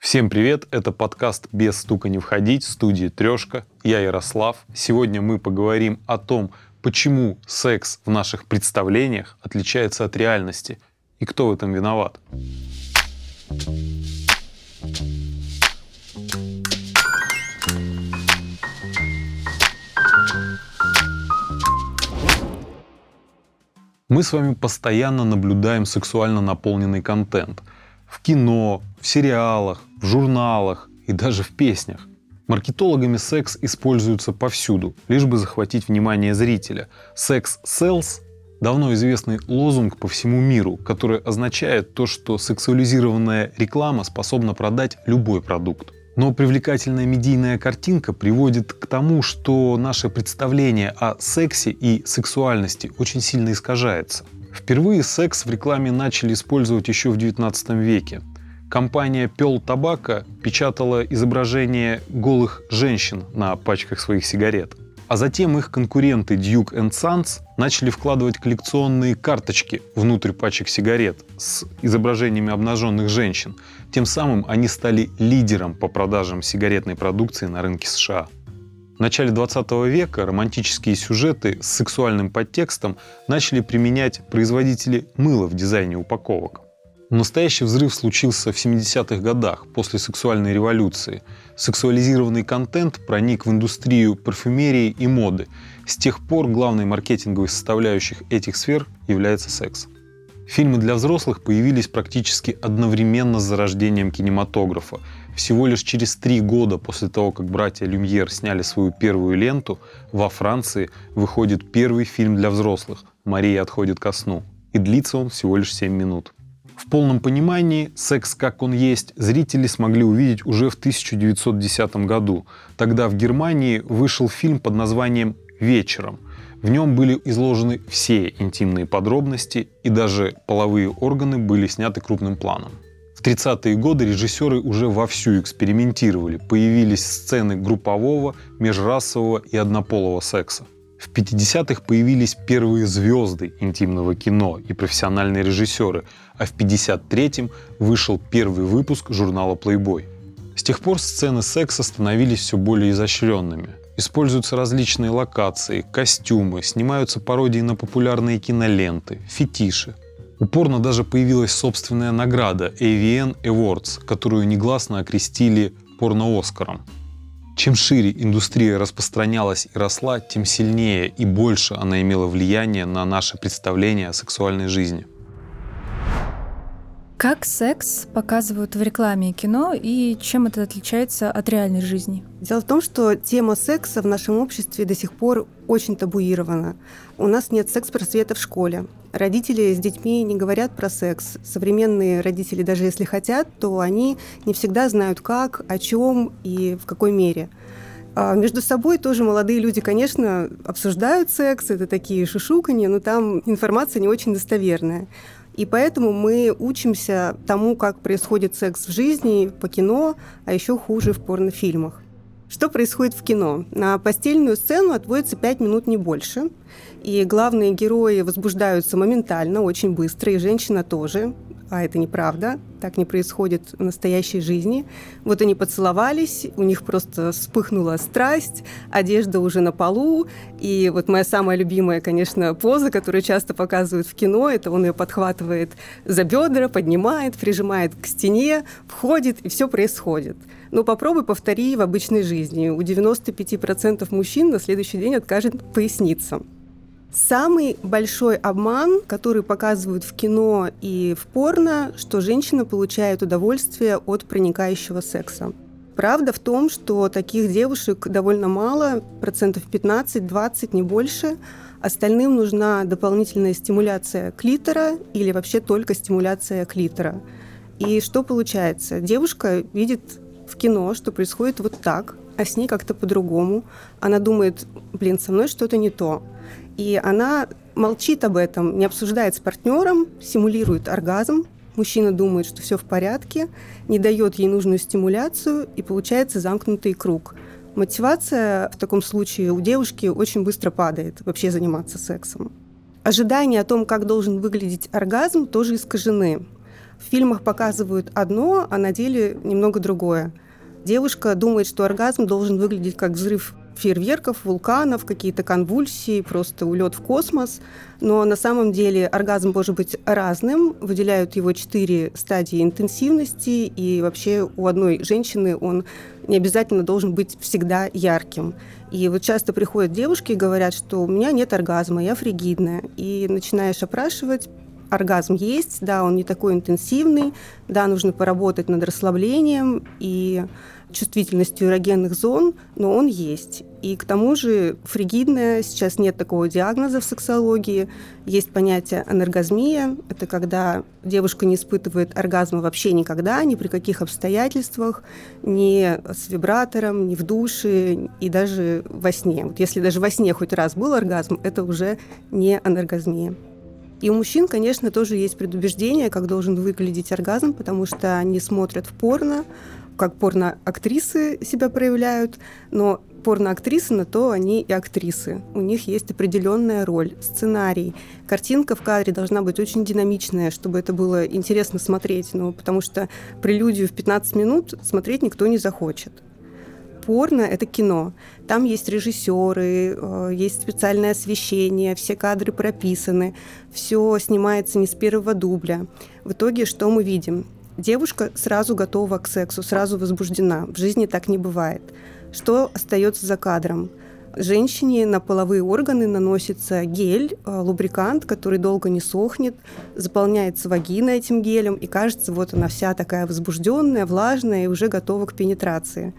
Всем привет, это подкаст «Без стука не входить» студии «Трешка». Я Ярослав. Сегодня мы поговорим о том, почему секс в наших представлениях отличается от реальности и кто в этом виноват. Мы с вами постоянно наблюдаем сексуально наполненный контент. В кино, в сериалах, в журналах и даже в песнях. Маркетологами секс используется повсюду, лишь бы захватить внимание зрителя. «Секс sells» — давно известный лозунг по всему миру, который означает то, что сексуализированная реклама способна продать любой продукт. Но привлекательная медийная картинка приводит к тому, что наше представление о сексе и сексуальности очень сильно искажается. Впервые секс в рекламе начали использовать еще в XIX веке. Компания Pearl Tobacco печатала изображения голых женщин на пачках своих сигарет. А затем их конкуренты Duke & Sons начали вкладывать коллекционные карточки внутрь пачек сигарет с изображениями обнаженных женщин. Тем самым они стали лидером по продажам сигаретной продукции на рынке США. В начале 20 века романтические сюжеты с сексуальным подтекстом начали применять производители мыла в дизайне упаковок. Настоящий взрыв случился в 70-х годах, после сексуальной революции. Сексуализированный контент проник в индустрию парфюмерии и моды. С тех пор главной маркетинговой составляющей этих сфер является секс. Фильмы для взрослых появились практически одновременно с зарождением кинематографа. Всего лишь через 3 года после того, как братья Люмьер сняли свою первую ленту, во Франции выходит первый фильм для взрослых «Мария отходит ко сну». И длится он всего лишь 7 минут. В полном понимании секс как он есть зрители смогли увидеть уже в 1910 году. Тогда в Германии вышел фильм под названием «Вечером». В нем были изложены все интимные подробности, и даже половые органы были сняты крупным планом. В 30-е годы режиссеры уже вовсю экспериментировали. Появились сцены группового, межрасового и однополого секса. В 50-х появились первые звезды интимного кино и профессиональные режиссеры, а в 53-м вышел первый выпуск журнала Playboy. С тех пор сцены секса становились все более изощренными. Используются различные локации, костюмы, снимаются пародии на популярные киноленты, фетиши. Упорно даже появилась собственная награда AVN Awards, которую негласно окрестили порно-Оскаром. Чем шире индустрия распространялась и росла, тем сильнее и больше она имела влияние на наше представление о сексуальной жизни. Как секс показывают в рекламе и кино, и чем это отличается от реальной жизни? Дело в том, что тема секса в нашем обществе до сих пор очень табуирована. У нас нет секс-просвета в школе. Родители с детьми не говорят про секс. Современные родители, даже если хотят, то они не всегда знают как, о чем и в какой мере. А между собой тоже молодые люди, конечно, обсуждают секс, это такие шушуканья, но там информация не очень достоверная. И поэтому мы учимся тому, как происходит секс в жизни, по кино, а еще хуже в порнофильмах. Что происходит в кино? На постельную сцену отводится 5 минут, не больше. И главные герои возбуждаются моментально, очень быстро, и женщина тоже. А это неправда, так не происходит в настоящей жизни. Вот они поцеловались, у них просто вспыхнула страсть, одежда уже на полу. И вот моя самая любимая, конечно, поза, которую часто показывают в кино, это он ее подхватывает за бедра, поднимает, прижимает к стене, входит, и все происходит. Но попробуй повтори в обычной жизни. У 95% мужчин на следующий день откажет поясница. Самый большой обман, который показывают в кино и в порно, что женщина получает удовольствие от проникающего секса. Правда в том, что таких девушек довольно мало, 15-20%, не больше. Остальным нужна дополнительная стимуляция клитора или вообще только стимуляция клитора. И что получается? Девушка видит в кино, что происходит вот так, а с ней как-то по-другому. Она думает, со мной что-то не то. И она молчит об этом, не обсуждает с партнером, симулирует оргазм. Мужчина думает, что все в порядке, не дает ей нужную стимуляцию, и получается замкнутый круг. Мотивация в таком случае у девушки очень быстро падает вообще заниматься сексом. Ожидания о том, как должен выглядеть оргазм, тоже искажены. В фильмах показывают одно, а на деле немного другое. Девушка думает, что оргазм должен выглядеть как взрыв фейерверков, вулканов, какие-то конвульсии, просто улет в космос. Но на самом деле оргазм может быть разным. Выделяют его 4 стадии интенсивности, и вообще у одной женщины он не обязательно должен быть всегда ярким. И вот часто приходят девушки и говорят, что у меня нет оргазма, я фригидная. И начинаешь опрашивать, оргазм есть, да, он не такой интенсивный, да, нужно поработать над расслаблением и чувствительностью эрогенных зон, но он есть. И к тому же фригидная, сейчас нет такого диагноза в сексологии, есть понятие аноргазмия, это когда девушка не испытывает оргазма вообще никогда, ни при каких обстоятельствах, ни с вибратором, ни в душе, и даже во сне. Вот если даже во сне хоть раз был оргазм, это уже не аноргазмия. И у мужчин, конечно, тоже есть предубеждение, как должен выглядеть оргазм, потому что они смотрят в порно, как порно-актрисы себя проявляют, но порно-актрисы на то они и актрисы. У них есть определенная роль, сценарий. Картинка в кадре должна быть очень динамичная, чтобы это было интересно смотреть, потому что прелюдию в 15 минут смотреть никто не захочет. Порно — это кино. Там есть режиссеры, есть специальное освещение, все кадры прописаны, все снимается не с первого дубля. В итоге что мы видим? Девушка сразу готова к сексу, сразу возбуждена. В жизни так не бывает. Что остается за кадром? Женщине на половые органы наносится гель, лубрикант, который долго не сохнет, заполняется вагина этим гелем, и кажется, вот она вся такая возбужденная, влажная и уже готова к пенетрации.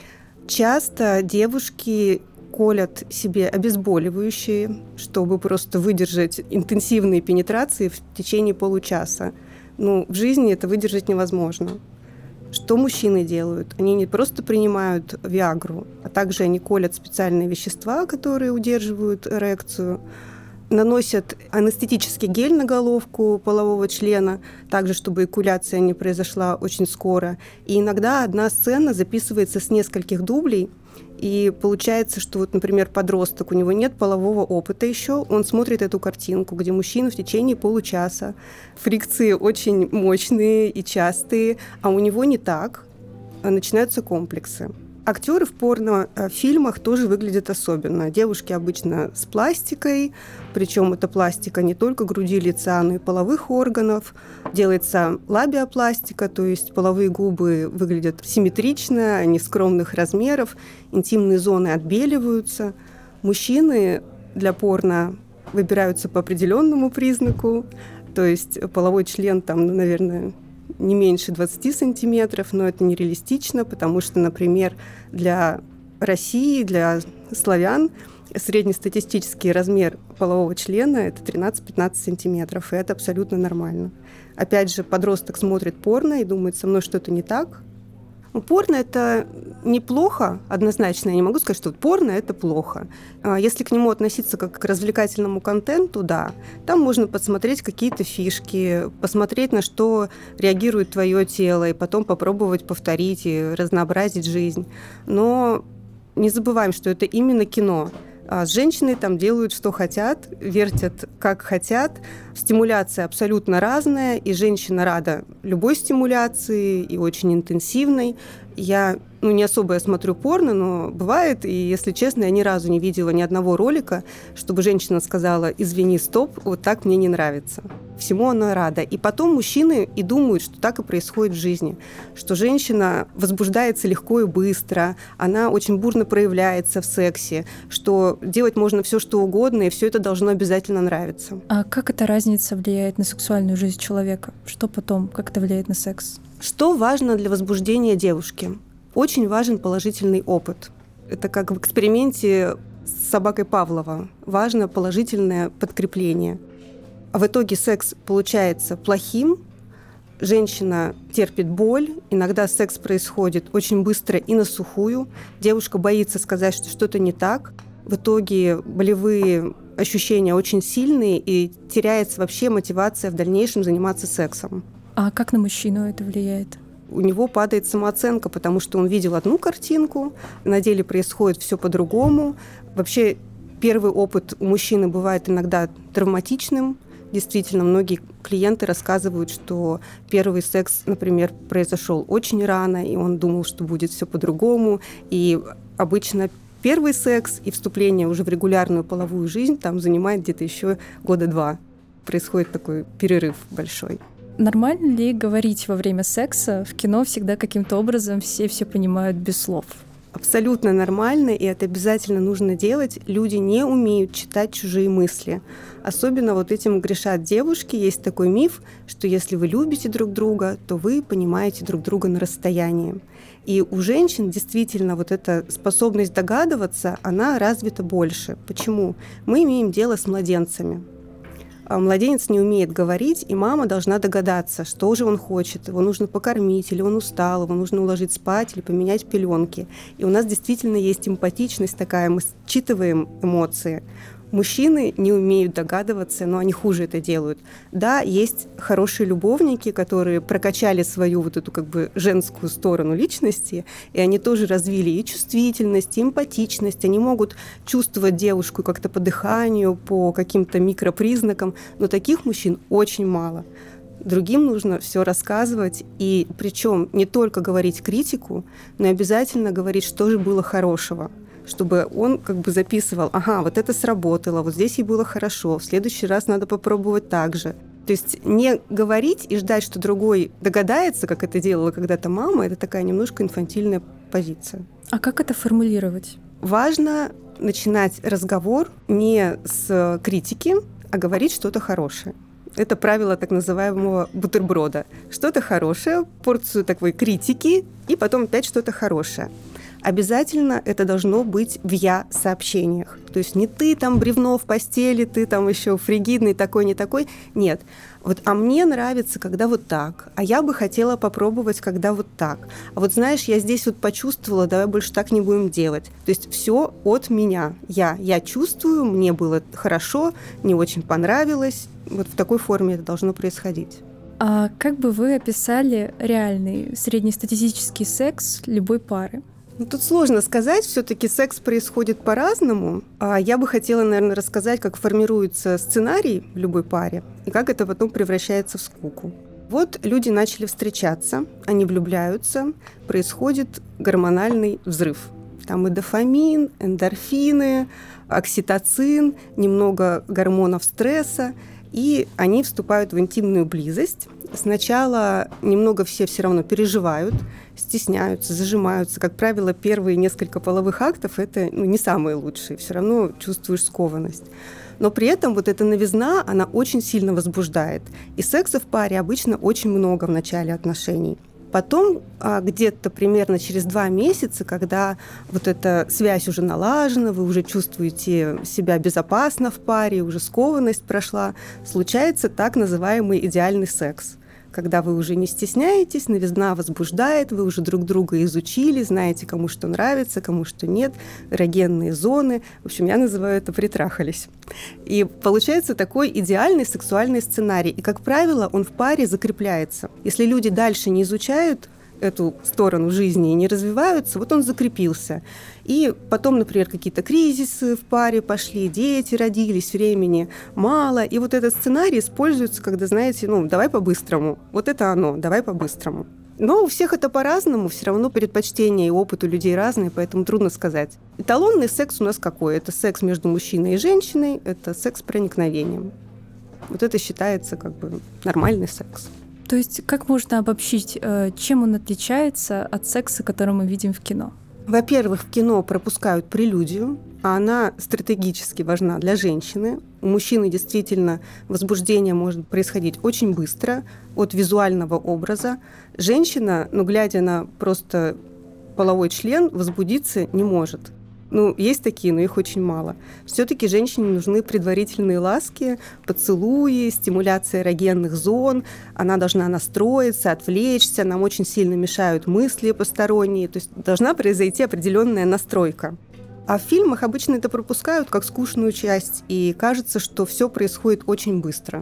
Часто девушки колят себе обезболивающие, чтобы просто выдержать интенсивные пенетрации в течение получаса. В жизни это выдержать невозможно. Что мужчины делают? Они не просто принимают виагру, а также они колят специальные вещества, которые удерживают эрекцию, наносят анестетический гель на головку полового члена, также, чтобы эякуляция не произошла очень скоро. И иногда одна сцена записывается с нескольких дублей, и получается, что вот, например, подросток, у него нет полового опыта еще, он смотрит эту картинку, где мужчина в течение получаса, фрикции очень мощные и частые, а у него не так, начинаются комплексы. Актеры в порнофильмах тоже выглядят особенно. Девушки обычно с пластикой, причем эта пластика не только груди, лица, но и половых органов. Делается лабиопластика, то есть половые губы выглядят симметрично, они скромных размеров, интимные зоны отбеливаются. Мужчины для порно выбираются по определенному признаку, то есть половой член там, наверное, не меньше 20 сантиметров, но это нереалистично, потому что, например, для России, для славян среднестатистический размер полового члена – это 13-15 сантиметров, и это абсолютно нормально. Опять же, подросток смотрит порно и думает, со мной что-то не так. Порно – это неплохо, однозначно. Я не могу сказать, что порно – это плохо. Если к нему относиться как к развлекательному контенту, да, там можно посмотреть какие-то фишки, посмотреть, на что реагирует твое тело, и потом попробовать повторить и разнообразить жизнь. Но не забываем, что это именно кино. А с женщиной там делают, что хотят, вертят, как хотят. Стимуляция абсолютно разная, и женщина рада любой стимуляции, и очень интенсивной. Я не особо я смотрю порно, но бывает, и, если честно, я ни разу не видела ни одного ролика, чтобы женщина сказала: «Извини, стоп, вот так мне не нравится». Всему она рада. И потом мужчины и думают, что так и происходит в жизни, что женщина возбуждается легко и быстро, она очень бурно проявляется в сексе, что делать можно все, что угодно, и все это должно обязательно нравиться. А как эта разница влияет на сексуальную жизнь человека? Что потом? Как это влияет на секс? Что важно для возбуждения девушки? Очень важен положительный опыт. Это как в эксперименте с собакой Павлова. Важно положительное подкрепление. А в итоге секс получается плохим, женщина терпит боль, иногда секс происходит очень быстро и на сухую, девушка боится сказать, что что-то не так, в итоге болевые ощущения очень сильные и теряется вообще мотивация в дальнейшем заниматься сексом. А как на мужчину это влияет? У него падает самооценка, потому что он видел одну картинку, на деле происходит все по-другому. Вообще первый опыт у мужчины бывает иногда травматичным, Действительно, многие клиенты рассказывают, что первый секс, например, произошел очень рано, и он думал, что будет все по-другому. И обычно первый секс и вступление уже в регулярную половую жизнь там занимает где-то еще 2 года. Происходит такой перерыв большой. Нормально ли говорить во время секса? В кино всегда каким-то образом все понимают без слов. Абсолютно нормально, и это обязательно нужно делать. Люди не умеют читать чужие мысли. Особенно вот этим грешат девушки. Есть такой миф, что если вы любите друг друга, то вы понимаете друг друга на расстоянии. И у женщин действительно вот эта способность догадываться, она развита больше. Почему? Мы имеем дело с младенцами. А младенец не умеет говорить, и мама должна догадаться, что же он хочет. Его нужно покормить, или он устал, его нужно уложить спать, или поменять пеленки. И у нас действительно есть эмпатичность такая, мы считываем эмоции. Мужчины не умеют догадываться, но они хуже это делают. Да, есть хорошие любовники, которые прокачали свою вот эту как бы женскую сторону личности, и они тоже развили и чувствительность, и эмпатичность. Они могут чувствовать девушку как-то по дыханию, по каким-то микропризнакам, но таких мужчин очень мало. Другим нужно все рассказывать, и причем не только говорить критику, но и обязательно говорить, что же было хорошего, чтобы он как бы записывал, ага, вот это сработало, вот здесь ей было хорошо, в следующий раз надо попробовать так же. То есть не говорить и ждать, что другой догадается, как это делала когда-то мама, это такая немножко инфантильная позиция. А как это формулировать? Важно начинать разговор не с критики, а говорить что-то хорошее. Это правило так называемого бутерброда. Что-то хорошее, порцию такой критики, и потом опять что-то хорошее. Обязательно это должно быть в «я» сообщениях. То есть не ты там бревно в постели, ты там еще фригидный такой, не такой. Нет. Вот, а мне нравится, когда вот так. А я бы хотела попробовать, когда вот так. А вот знаешь, я здесь вот почувствовала, давай больше так не будем делать. То есть все от меня. Я чувствую, мне было хорошо, не очень понравилось. Вот в такой форме это должно происходить. А как бы вы описали реальный среднестатистический секс любой пары? Тут сложно сказать, все-таки секс происходит по-разному. Я бы хотела, наверное, рассказать, как формируется сценарий в любой паре и как это потом превращается в скуку. Вот люди начали встречаться, они влюбляются, происходит гормональный взрыв. Там и дофамин, эндорфины, окситоцин, немного гормонов стресса, и они вступают в интимную близость. Сначала немного все равно переживают, стесняются, зажимаются. Как правило, первые несколько половых актов – это не самые лучшие. Все равно чувствуешь скованность. Но при этом вот эта новизна, она очень сильно возбуждает. И секса в паре обычно очень много в начале отношений. Потом где-то примерно через 2 месяца, когда вот эта связь уже налажена, вы уже чувствуете себя безопасно в паре, уже скованность прошла, случается так называемый идеальный секс. Когда вы уже не стесняетесь, новизна возбуждает, вы уже друг друга изучили, знаете, кому что нравится, кому что нет, эрогенные зоны. В общем, я называю это «притрахались». И получается такой идеальный сексуальный сценарий. И, как правило, он в паре закрепляется. Если люди дальше не изучают эту сторону жизни и не развиваются, вот он закрепился. И потом, например, какие-то кризисы в паре пошли, дети родились, времени мало. И вот этот сценарий используется, когда, знаете, давай по-быстрому. Вот это оно, давай по-быстрому. Но у всех это по-разному, все равно предпочтения и опыт у людей разные, поэтому трудно сказать. Эталонный секс у нас какой? Это секс между мужчиной и женщиной, это секс с проникновением. Вот это считается как бы нормальный секс. То есть как можно обобщить, чем он отличается от секса, который мы видим в кино? Во-первых, в кино пропускают прелюдию, а она стратегически важна для женщины. У мужчины действительно возбуждение может происходить очень быстро от визуального образа. Женщина, глядя на просто половой член, возбудиться не может. Есть такие, но их очень мало. Все-таки женщине нужны предварительные ласки, поцелуи, стимуляция эрогенных зон. Она должна настроиться, отвлечься. Нам очень сильно мешают мысли посторонние. То есть должна произойти определенная настройка. А в фильмах обычно это пропускают как скучную часть. И кажется, что все происходит очень быстро.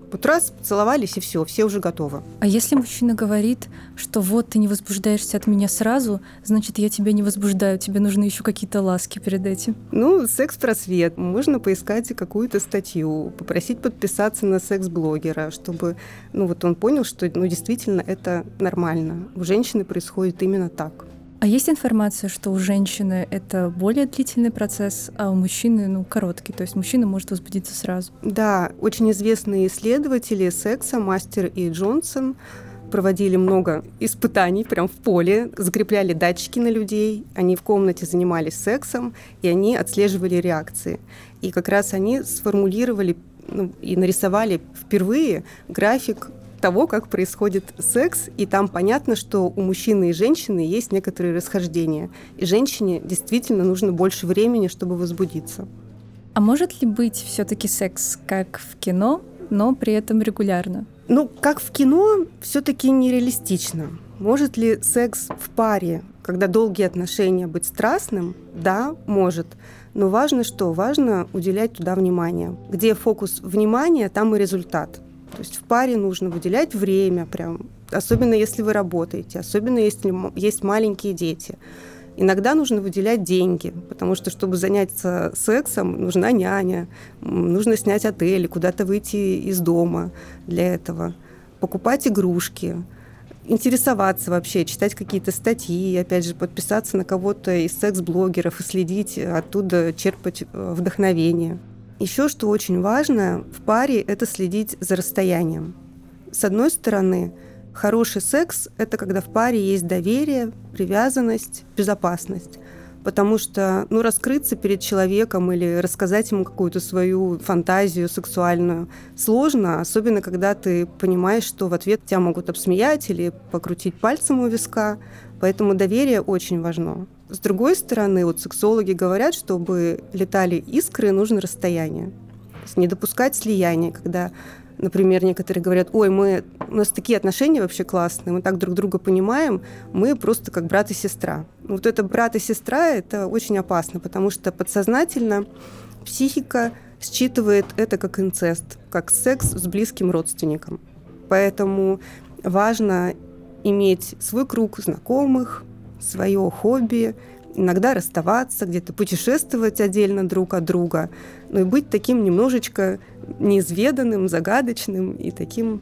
Вот раз, поцеловались, и все уже готовы. А если мужчина говорит, что вот ты не возбуждаешься от меня сразу, значит, я тебя не возбуждаю, тебе нужны еще какие-то ласки перед этим? Ну, секс-просвет. Можно поискать какую-то статью, попросить подписаться на секс-блогера, чтобы он понял, что действительно это нормально. У женщины происходит именно так. А есть информация, что у женщины это более длительный процесс, а у мужчины, короткий, то есть мужчина может возбудиться сразу? Да, очень известные исследователи секса, Мастер и Джонсон, проводили много испытаний прям в поле, закрепляли датчики на людей, они в комнате занимались сексом, и они отслеживали реакции. И как раз они сформулировали и нарисовали впервые график того, как происходит секс, и там понятно, что у мужчины и женщины есть некоторые расхождения. И женщине действительно нужно больше времени, чтобы возбудиться. А может ли быть все-таки секс как в кино, но при этом регулярно? Как в кино, все-таки нереалистично. Может ли секс в паре, когда долгие отношения, быть страстным? Да, может. Но важно что? Важно уделять туда внимание. Где фокус внимания, там и результат. То есть в паре нужно выделять время прям, особенно если вы работаете, особенно если есть маленькие дети. Иногда нужно выделять деньги, потому что, чтобы заняться сексом, нужна няня, нужно снять отель, куда-то выйти из дома для этого, покупать игрушки, интересоваться вообще, читать какие-то статьи, опять же, подписаться на кого-то из секс-блогеров и следить, оттуда черпать вдохновение. Еще что очень важно в паре, это следить за расстоянием. С одной стороны, хороший секс – это когда в паре есть доверие, привязанность, безопасность. Потому что раскрыться перед человеком или рассказать ему какую-то свою фантазию сексуальную сложно, особенно когда ты понимаешь, что в ответ тебя могут обсмеять или покрутить пальцем у виска. Поэтому доверие очень важно. С другой стороны, сексологи говорят, чтобы летали искры, нужно расстояние. То есть не допускать слияния, когда, например, некоторые говорят: ой, у нас такие отношения вообще классные, мы так друг друга понимаем, мы просто как брат и сестра. Это брат и сестра, это очень опасно, потому что подсознательно психика считывает это как инцест, как секс с близким родственником. Поэтому важно иметь свой круг знакомых, свое хобби, иногда расставаться, где-то путешествовать отдельно друг от друга, но и быть таким немножечко неизведанным, загадочным и таким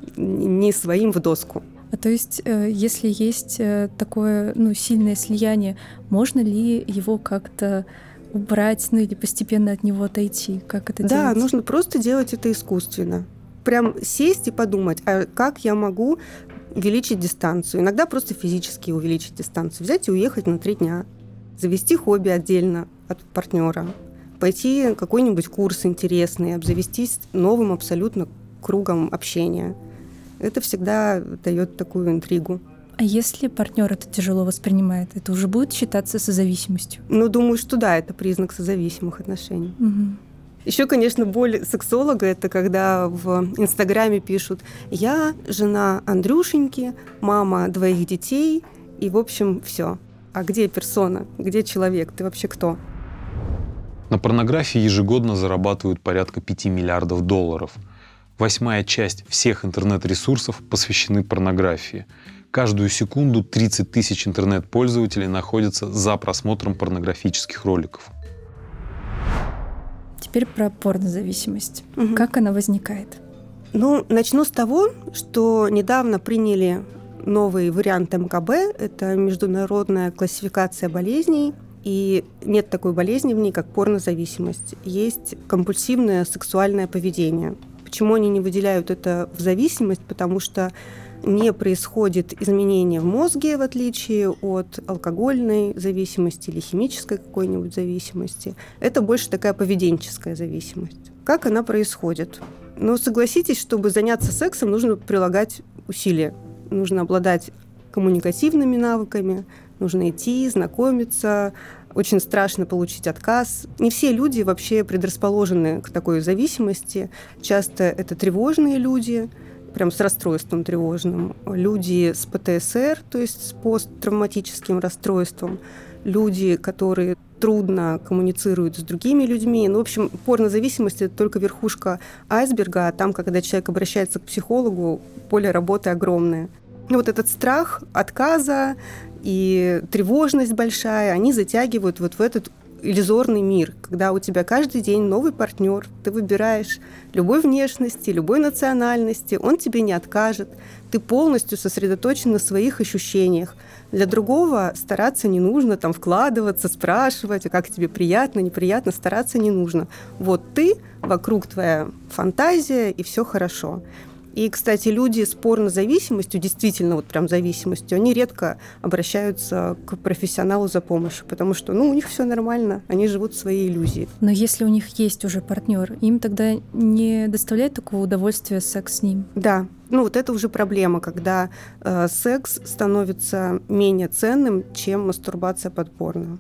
не своим в доску. А то есть, если есть такое сильное слияние, можно ли его как-то убрать, или постепенно от него отойти? Как это делать? Да, нужно просто делать это искусственно. Прям сесть и подумать, а как я могу увеличить дистанцию. Иногда просто физически увеличить дистанцию. Взять и уехать на 3 дня. Завести хобби отдельно от партнера. Пойти какой-нибудь курс интересный, обзавестись новым абсолютно кругом общения. Это всегда дает такую интригу. А если партнер это тяжело воспринимает, это уже будет считаться созависимостью? Думаю, что да, это признак созависимых отношений. Угу. Еще, конечно, боль сексолога – это когда в Инстаграме пишут: «Я жена Андрюшеньки, мама 2 детей», и, в общем, все. А где персона? Где человек? Ты вообще кто? На порнографии ежегодно зарабатывают порядка $5 миллиардов. 1/8 часть всех интернет-ресурсов посвящены порнографии. Каждую секунду 30 тысяч интернет-пользователей находятся за просмотром порнографических роликов. Теперь про порнозависимость. Угу. Как она возникает? Начну с того, что недавно приняли новый вариант МКБ. Это международная классификация болезней. И нет такой болезни в ней, как порнозависимость. Есть компульсивное сексуальное поведение. Почему они не выделяют это в зависимость? Потому что не происходит изменения в мозге, в отличие от алкогольной зависимости или химической какой-нибудь зависимости. Это больше такая поведенческая зависимость. Как она происходит? Согласитесь, чтобы заняться сексом, нужно прилагать усилия. Нужно обладать коммуникативными навыками, нужно идти, знакомиться. Очень страшно получить отказ. Не все люди вообще предрасположены к такой зависимости. Часто это тревожные люди, прям с расстройством тревожным, люди с ПТСР, то есть с посттравматическим расстройством, люди, которые трудно коммуницируют с другими людьми. Ну, в общем, порнозависимость – это только верхушка айсберга, а там, когда человек обращается к психологу, поле работы огромное. Ну, вот этот страх отказа и тревожность большая, они затягивают вот в этот иллюзорный мир, когда у тебя каждый день новый партнер, ты выбираешь любой внешности, любой национальности, он тебе не откажет, ты полностью сосредоточен на своих ощущениях. Для другого стараться не нужно, там, вкладываться, спрашивать, а как тебе приятно, неприятно, стараться не нужно. Вот ты, вокруг твоя фантазия, и все хорошо. И, кстати, люди с порнозависимостью, действительно вот прям зависимостью, они редко обращаются к профессионалу за помощью, потому что, у них все нормально, они живут в своей иллюзии. Но если у них есть уже партнер, им тогда не доставляет такого удовольствия секс с ним? Да, вот это уже проблема, когда секс становится менее ценным, чем мастурбация под порно.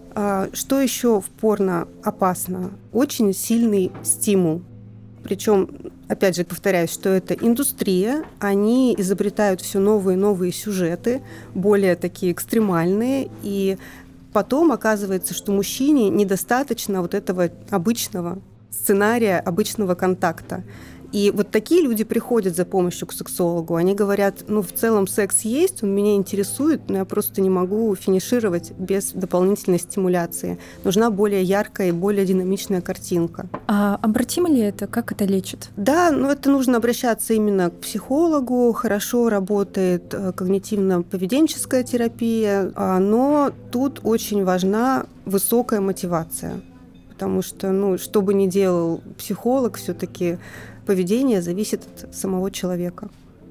Что еще в порно опасно? Очень сильный стимул. Причем, опять же, повторяюсь, что это индустрия, они изобретают все новые и новые сюжеты, более такие экстремальные, и потом оказывается, что мужчине недостаточно вот этого обычного сценария, обычного контакта. И вот такие люди приходят за помощью к сексологу. Они говорят, в целом секс есть, он меня интересует, но я просто не могу финишировать без дополнительной стимуляции. Нужна более яркая и более динамичная картинка. А обратимо ли это? Как это лечит? Да, это нужно обращаться именно к психологу. Хорошо работает когнитивно-поведенческая терапия, но тут очень важна высокая мотивация. Потому что, что бы ни делал психолог, все-таки поведение зависит от самого человека.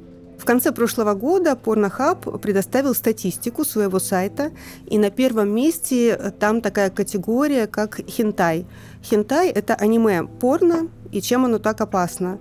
В конце прошлого года Pornhub предоставил статистику своего сайта, и на первом месте там такая категория, как хентай. Хентай – это аниме-порно, и чем оно так опасно?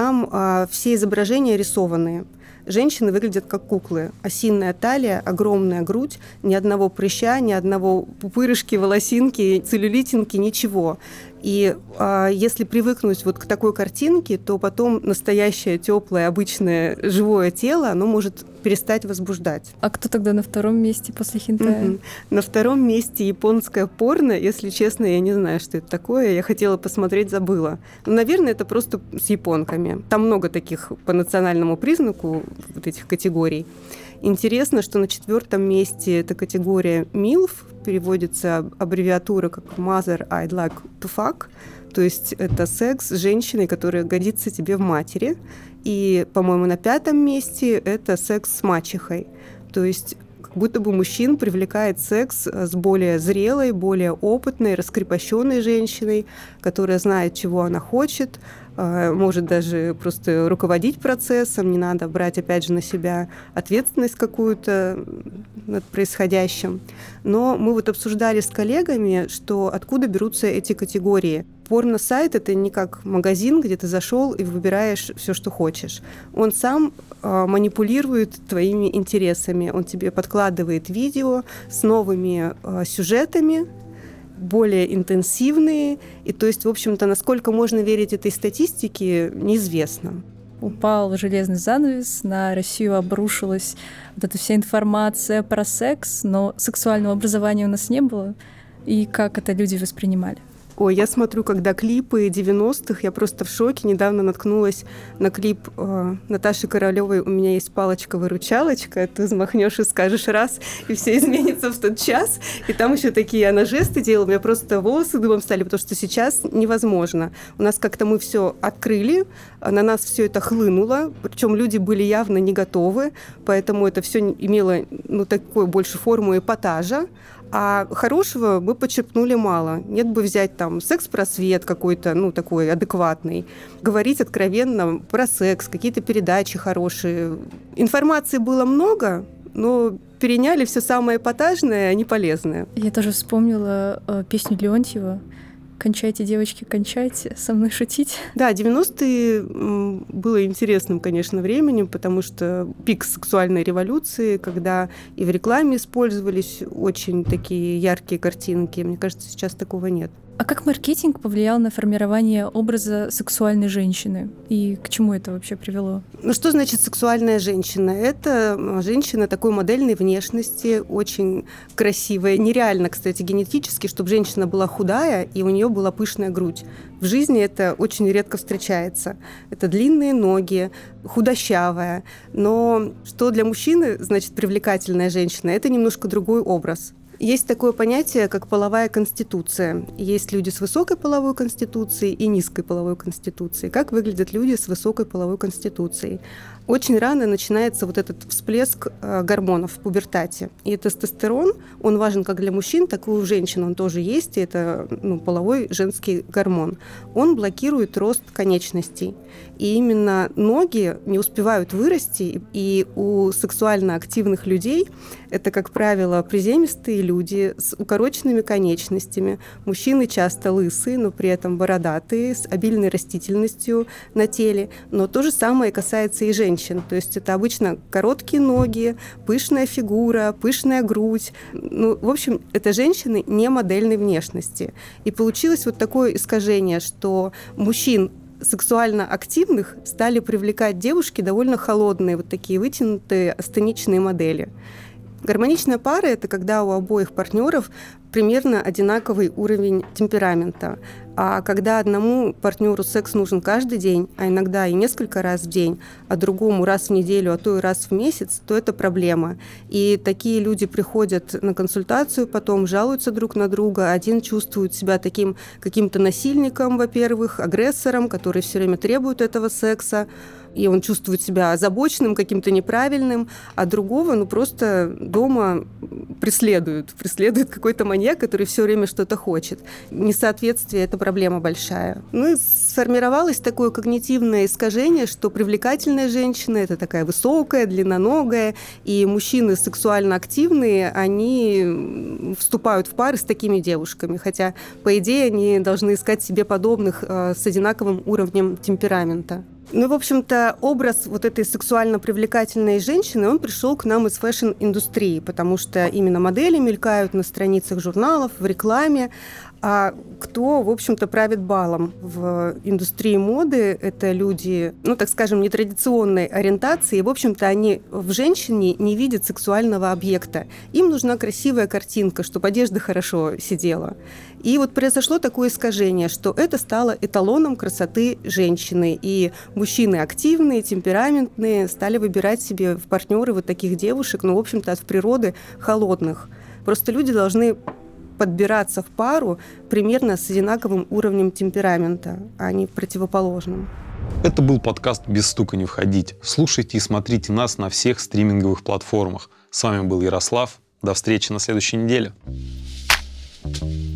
Там все изображения рисованные. Женщины выглядят как куклы. Осиная талия, огромная грудь, ни одного прыща, ни одного пупырышки, волосинки, целлюлитинки, ничего. И если привыкнуть вот к такой картинке, то потом настоящее, теплое, обычное, живое тело, оно может перестать возбуждать. А кто тогда на втором месте после хентая? На втором месте японское порно. Если честно, я не знаю, что это такое. Я хотела посмотреть, забыла. Наверное, это просто с японками. Там много таких по национальному признаку вот этих категорий. Интересно, что на 4-м месте эта категория MILF, переводится аббревиатура как Mother I'd Like to Fuck, то есть это секс с женщиной, которая годится тебе в матери. И, по-моему, на 5-м месте это секс с мачехой. То есть как будто бы мужчин привлекает секс с более зрелой, более опытной, раскрепощенной женщиной, которая знает, чего она хочет, может даже просто руководить процессом, не надо брать, опять же, на себя ответственность какую-то над происходящим. Но мы вот обсуждали с коллегами, что откуда берутся эти категории. Порно-сайт — это не как магазин, где ты зашел и выбираешь все, что хочешь. Он сам манипулирует твоими интересами. Он тебе подкладывает видео с новыми сюжетами, более интенсивные. И то есть, в общем-то, насколько можно верить этой статистике, неизвестно. Упал железный занавес, на Россию обрушилась вот эта вся информация про секс, но сексуального образования у нас не было. И как это люди воспринимали? Ой, я смотрю, когда клипы 90-х, я просто в шоке. Недавно наткнулась на клип Наташи Королевой «У меня есть палочка-выручалочка». Ты взмахнешь и скажешь раз, и все изменится в тот час. И там еще такие она жесты делала. У меня просто волосы дыбом стали, потому что сейчас невозможно. У нас как-то мы все открыли, на нас все это хлынуло, причем люди были явно не готовы, поэтому это все имело такую больше форму эпатажа. А хорошего мы почерпнули мало. Нет бы взять там секс-просвет какой-то, такой адекватный, говорить откровенно про секс, какие-то передачи хорошие. Информации было много, но переняли все самое эпатажное, а не полезное. Я тоже вспомнила песню Леонтьева «Кончайте, девочки, кончайте, со мной шутить». Да, 90-е было интересным, конечно, временем, потому что пик сексуальной революции, когда и в рекламе использовались очень такие яркие картинки. Мне кажется, сейчас такого нет. А как маркетинг повлиял на формирование образа сексуальной женщины? И к чему это вообще привело? Ну, что значит сексуальная женщина? Это женщина такой модельной внешности, очень красивая. Нереально, кстати, генетически, чтобы женщина была худая и у нее была пышная грудь. В жизни это очень редко встречается. Это длинные ноги, худощавая. Но что для мужчины значит привлекательная женщина? Это немножко другой образ. Есть такое понятие, как половая конституция. Есть люди с высокой половой конституцией и низкой половой конституцией. Как выглядят люди с высокой половой конституцией? Очень рано начинается вот этот всплеск гормонов в пубертате. И тестостерон, он важен как для мужчин, так и у женщин он тоже есть. И это половой женский гормон. Он блокирует рост конечностей. И именно ноги не успевают вырасти. И у сексуально активных людей это, как правило, приземистые люди с укороченными конечностями. Мужчины часто лысые, но при этом бородатые, с обильной растительностью на теле. Но то же самое касается и женщин. То есть это обычно короткие ноги, пышная фигура, пышная грудь. В общем, это женщины не модельной внешности. И получилось вот такое искажение, что мужчин сексуально активных стали привлекать девушки довольно холодные, вот такие вытянутые астеничные модели. Гармоничная пара – это когда у обоих партнеров примерно одинаковый уровень темперамента. А когда одному партнеру секс нужен каждый день, а иногда и несколько раз в день, а другому раз в неделю, а то и раз в месяц, то это проблема. И такие люди приходят на консультацию, потом жалуются друг на друга. Один чувствует себя таким каким-то насильником, во-первых, агрессором, который все время требует этого секса, и он чувствует себя озабоченным, каким-то неправильным, а другого просто дома преследует какой-то маньяк, который все время что-то хочет. Несоответствие – это проблема большая. И сформировалось такое когнитивное искажение, что привлекательная женщина – это такая высокая, длинноногая, и мужчины сексуально активные, они вступают в пары с такими девушками, хотя, по идее, они должны искать себе подобных с одинаковым уровнем темперамента. В общем-то, образ вот этой сексуально привлекательной женщины, он пришел к нам из фэшн-индустрии, потому что именно модели мелькают на страницах журналов, в рекламе. А кто, в общем-то, правит балом в индустрии моды? Это люди, так скажем, нетрадиционной ориентации. И, в общем-то, они в женщине не видят сексуального объекта. Им нужна красивая картинка, чтобы одежда хорошо сидела. И вот произошло такое искажение, что это стало эталоном красоты женщины. И мужчины активные, темпераментные стали выбирать себе в партнеры вот таких девушек, в общем-то, от природы холодных. Просто люди должны подбираться в пару примерно с одинаковым уровнем темперамента, а не противоположным. Это был подкаст «Без стука не входить». Слушайте и смотрите нас на всех стриминговых платформах. С вами был Ярослав. До встречи на следующей неделе.